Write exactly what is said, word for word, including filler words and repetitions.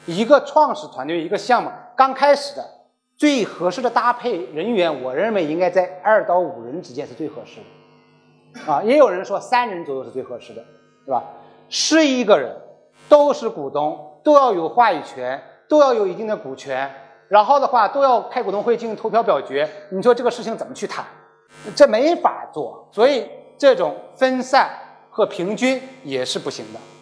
一个创始团队一个项目刚开始的最合适的搭配人员，我认为应该在二到五人之间是最合适的啊。也有人说三人左右是最合适的，对吧？十一个人都是股东，都要有话语权，都要有一定的股权，然后的话都要开股东会进行投票表决，你说这个事情怎么去谈？这没法做，所以这种分散和平均也是不行的。